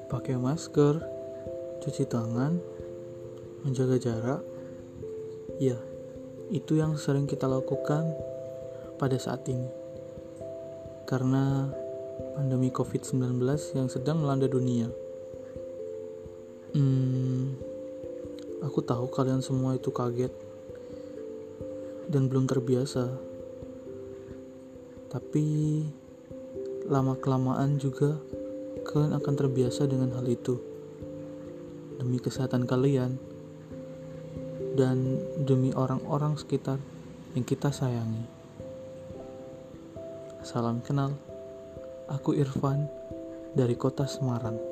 pakai masker, cuci tangan, menjaga jarak. Ya, itu yang sering kita lakukan pada saat ini. Karena pandemi COVID-19 yang sedang melanda dunia. Aku tahu kalian semua itu kaget dan belum terbiasa. Tapi lama-kelamaan juga kalian akan terbiasa dengan hal itu. Demi kesehatan kalian dan demi orang-orang sekitar yang kita sayangi. Salam kenal, aku Irfan dari kota Semarang.